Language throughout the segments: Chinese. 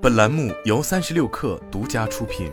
本栏目由36氪独家出品。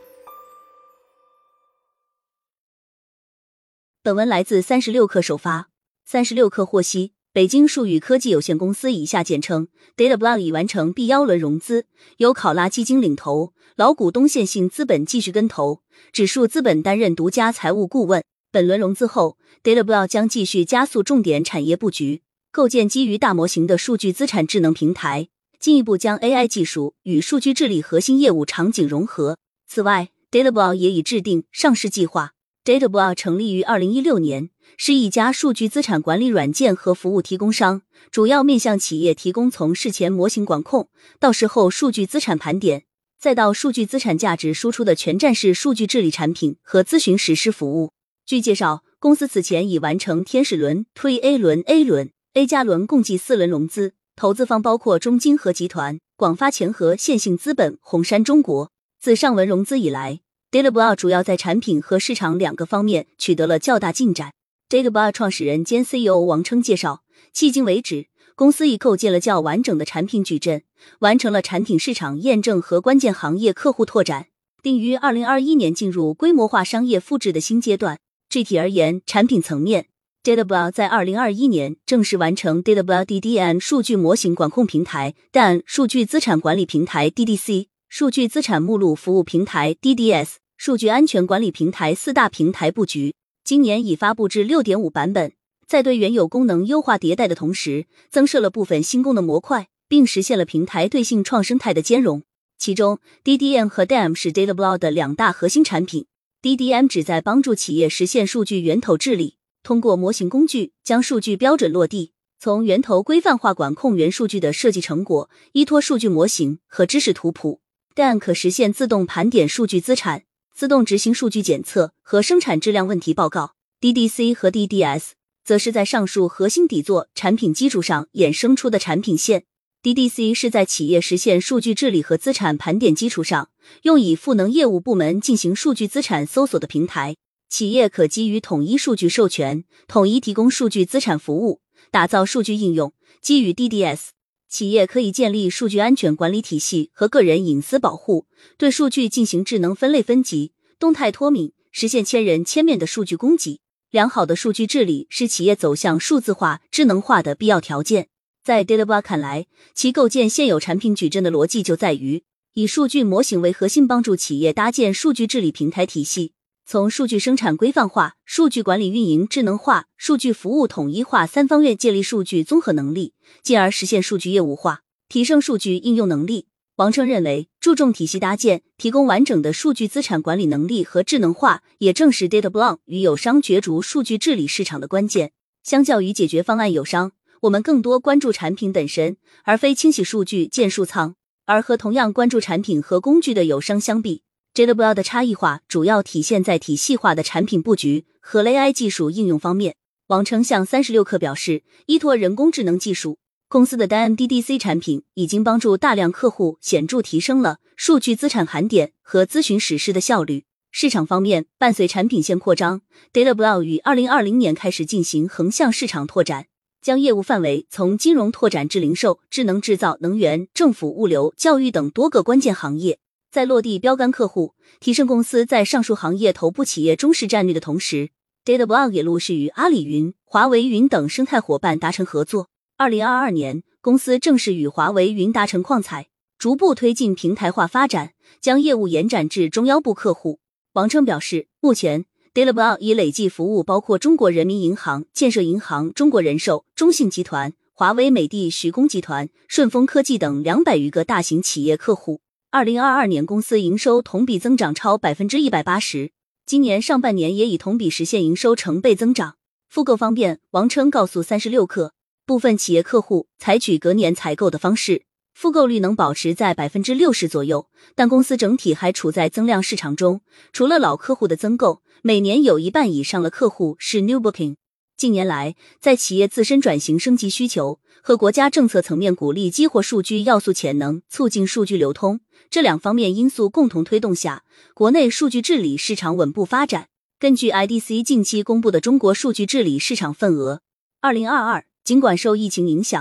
本文来自36氪首发。36氪获悉，北京数语科技有限公司（以下简称 ）DataBlock 已完成 B1 轮融资，由考拉基金领投，老股东线性资本继续跟投，指数资本担任独家财务顾问。本轮融资后 ，DataBlock 将继续加速重点产业布局，构建基于大模型的数据资产智能平台，进一步将 AI 技术与数据治理核心业务场景融合。此外 ，DataBlock 也已制定上市计划。DataBlock 成立于2016年，是一家数据资产管理软件和服务提供商，主要面向企业提供从事前模型管控到事后数据资产盘点，再到数据资产价值输出的全站式数据治理产品和咨询实施服务。据介绍，公司此前已完成天使轮、Pre-A 轮、A 轮、A 加轮共计4轮融资，投资方包括中金和集团、广发钱和线性资本、红杉中国。自上轮融资以来，DataBlock 主要在产品和市场2个方面取得了较大进展。DataBlock 创始人兼 CEO 王称介绍，迄今为止，公司已构建了较完整的产品矩阵，完成了产品市场验证和关键行业客户拓展，并于2021年进入规模化商业复制的新阶段。具体而言，产品层面 ，DataBlock 在2021年正式完成 DataBlock DDM 数据模型管控平台、DAN 数据资产管理平台 DDC、数据资产目录服务平台 DDS、数据安全管理平台4大平台布局。今年已发布至 6.5 版本，在对原有功能优化迭代的同时，增设了部分新功能模块，并实现了平台对性创生态的兼容。其中 DDM 和 DAM 是 DataBlock 的2大核心产品。DDM 旨在帮助企业实现数据源头治理，通过模型工具将数据标准落地，从源头规范化管控元数据的设计成果，依托数据模型和知识图谱。DAM 可实现自动盘点数据资产，自动执行数据检测和生产质量问题报告。DDC 和 DDS 则是在上述核心底座产品基础上衍生出的产品线。DDC 是在企业实现数据治理和资产盘点基础上，用以赋能业务部门进行数据资产搜索的平台。企业可基于统一数据授权，统一提供数据资产服务，打造数据应用。基于 DDS， 企业可以建立数据安全管理体系和个人隐私保护，对数据进行智能分类分级、动态脱敏，实现千人千面的数据供给。良好的数据治理是企业走向数字化、智能化的必要条件。在 DataBlock 看来，其构建现有产品矩阵的逻辑就在于以数据模型为核心，帮助企业搭建数据治理平台体系，从数据生产规范化、数据管理运营智能化、数据服务统一化3方面建立数据综合能力，进而实现数据业务化，提升数据应用能力。王称认为，注重体系搭建，提供完整的数据资产管理能力和智能化，也正是 DataBlock 与友商角逐数据治理市场的关键。相较于解决方案友商，我们更多关注产品本身，而非清洗数据建数仓。而和同样关注产品和工具的友商相比， DataBlock 的差异化主要体现在体系化的产品布局和 AI 技术应用方面。王称向36氪表示，依托人工智能技术，公司的 DAM DDC 产品已经帮助大量客户显著提升了数据资产盘点和咨询实施的效率。市场方面，伴随产品线扩张， DataBlock 于2020年开始进行横向市场拓展，将业务范围从金融拓展至零售、智能制造、能源、政府、物流、教育等多个关键行业。在落地标杆客户，提升公司在上述行业头部企业中市战略的同时， DataBlock 也陆续与阿里云、华为云等生态伙伴达成合作。2022年，公司正式与华为云达成矿采，逐步推进平台化发展，将业务延展至中腰部客户。王称表示，目前DataBlock 已累计服务包括中国人民银行、建设银行、中国人寿、中信集团、华为美的徐工集团、顺丰科技等200余个大型企业客户。2022年公司营收同比增长超 180%， 今年上半年也已同比实现营收成倍增长。复购方面，王称告诉36氪，部分企业客户采取隔年采购的方式，复购率能保持在 60% 左右，但公司整体还处在增量市场中，除了老客户的增购，每年有1半以上的客户是 New Booking。近年来，在企业自身转型升级需求和国家政策层面鼓励激活数据要素潜能，促进数据流通，这2方面因素共同推动下，国内数据治理市场稳步发展。根据 IDC 近期公布的中国数据治理市场份额，2022尽管受疫情影响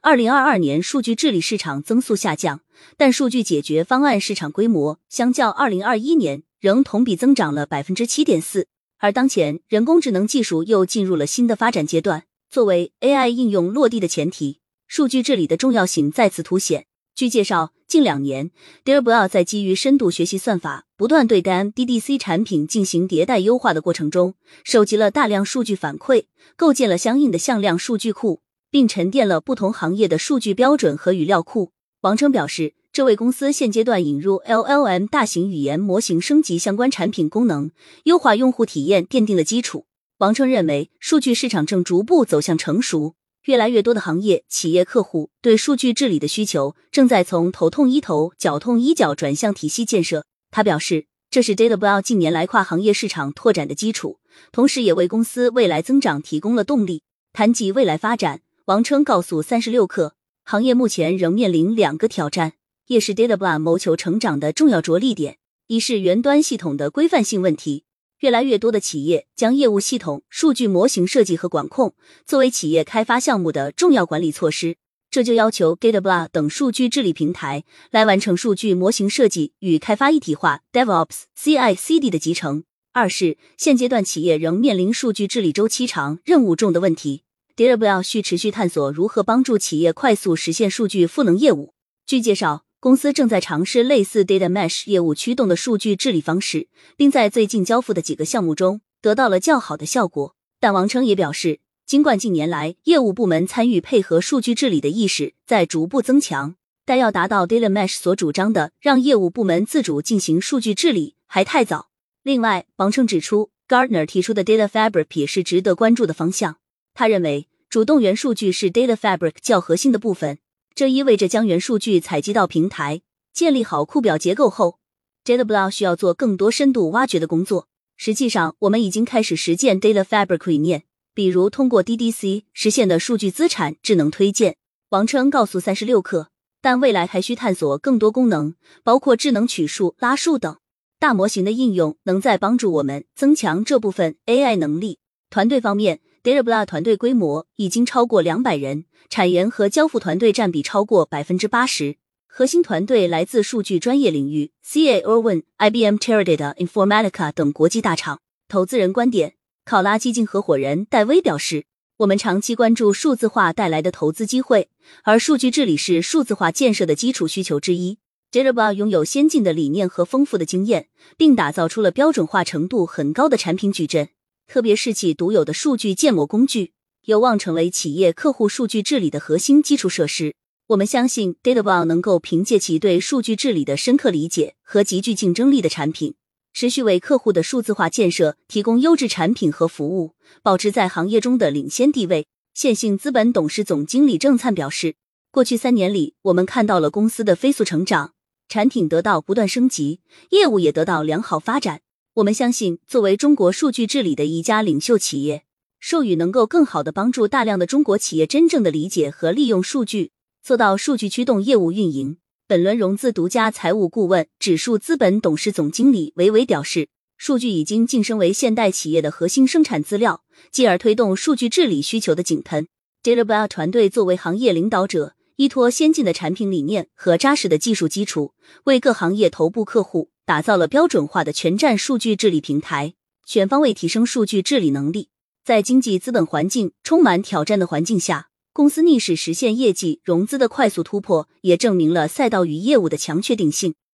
2022年数据治理市场增速下降，但数据解决方案市场规模相较2021年仍同比增长了 7.4%， 而当前人工智能技术又进入了新的发展阶段，作为 AI 应用落地的前提，数据治理的重要性再次凸显。据介绍，近2年 Datable 在基于深度学习算法不断对 DDC 产品进行迭代优化的过程中，收集了大量数据反馈，构建了相应的向量数据库，并沉淀了不同行业的数据标准和语料库。王称表示，这为公司现阶段引入 LLM 大型语言模型升级相关产品功能，优化用户体验奠定了基础。王称认为，数据市场正逐步走向成熟，越来越多的行业、企业客户对数据治理的需求正在从头痛医头、脚痛医脚转向体系建设。他表示，这是 Datable 近年来跨行业市场拓展的基础，同时也为公司未来增长提供了动力。谈及未来发展，王称告诉36氪，行业目前仍面临2个挑战，也是 Datable 谋求成长的重要着力点。一是云端系统的规范性问题，越来越多的企业将业务系统、数据模型设计和管控作为企业开发项目的重要管理措施，这就要求 Datable 等数据治理平台来完成数据模型设计与开发一体化 DevOps、CI/CD 的集成。二是现阶段企业仍面临数据治理周期长、任务重的问题， Datable 需持续探索如何帮助企业快速实现数据赋能业务。据介绍，公司正在尝试类似 Data Mesh 业务驱动的数据治理方式，并在最近交付的几个项目中得到了较好的效果。但王称也表示，尽管近年来业务部门参与配合数据治理的意识在逐步增强，但要达到 Data Mesh 所主张的让业务部门自主进行数据治理还太早。另外，王称指出 Gartner 提出的 Data Fabric 也是值得关注的方向。他认为，主动元数据是 Data Fabric 较核心的部分，这意味着将元数据采集到平台，建立好库表结构后， Datable 需要做更多深度挖掘的工作。实际上，我们已经开始实践 Data Fabric 理念，比如通过 DDC 实现的数据资产智能推荐。王称告诉36氪，但未来还需探索更多功能，包括智能取数、拉数等。大模型的应用能在帮助我们增强这部分 AI 能力。团队方面， Datable 团队规模已经超过200人，产研和交付团队占比超过 80%， 核心团队来自数据专业领域 CA Irwin、IBM Teradata Informatica 等国际大厂。投资人观点，考拉基金合伙人戴威表示，我们长期关注数字化带来的投资机会，而数据治理是数字化建设的基础需求之一。Datable 拥有先进的理念和丰富的经验，并打造出了标准化程度很高的产品矩阵，特别是其独有的数据建模工具，有望成为企业客户数据治理的核心基础设施。我们相信 Datable 能够凭借其对数据治理的深刻理解和极具竞争力的产品，持续为客户的数字化建设提供优质产品和服务，保持在行业中的领先地位。线性资本董事总经理郑灿表示，过去3年里，我们看到了公司的飞速成长，产品得到不断升级，业务也得到良好发展。我们相信，作为中国数据治理的一家领袖企业，授予能够更好地帮助大量的中国企业真正的理解和利用数据，做到数据驱动业务运营。本轮融资独家财务顾问指数资本董事总经理韦伟表示，数据已经晋升为现代企业的核心生产资料，继而推动数据治理需求的井喷。Datable 团队作为行业领导者，依托先进的产品理念和扎实的技术基础，为各行业头部客户打造了标准化的全站数据治理平台，全方位提升数据治理能力。在经济资本环境充满挑战的环境下，公司逆势实现业绩融资的快速突破，也证明了赛道与业务的强确定性。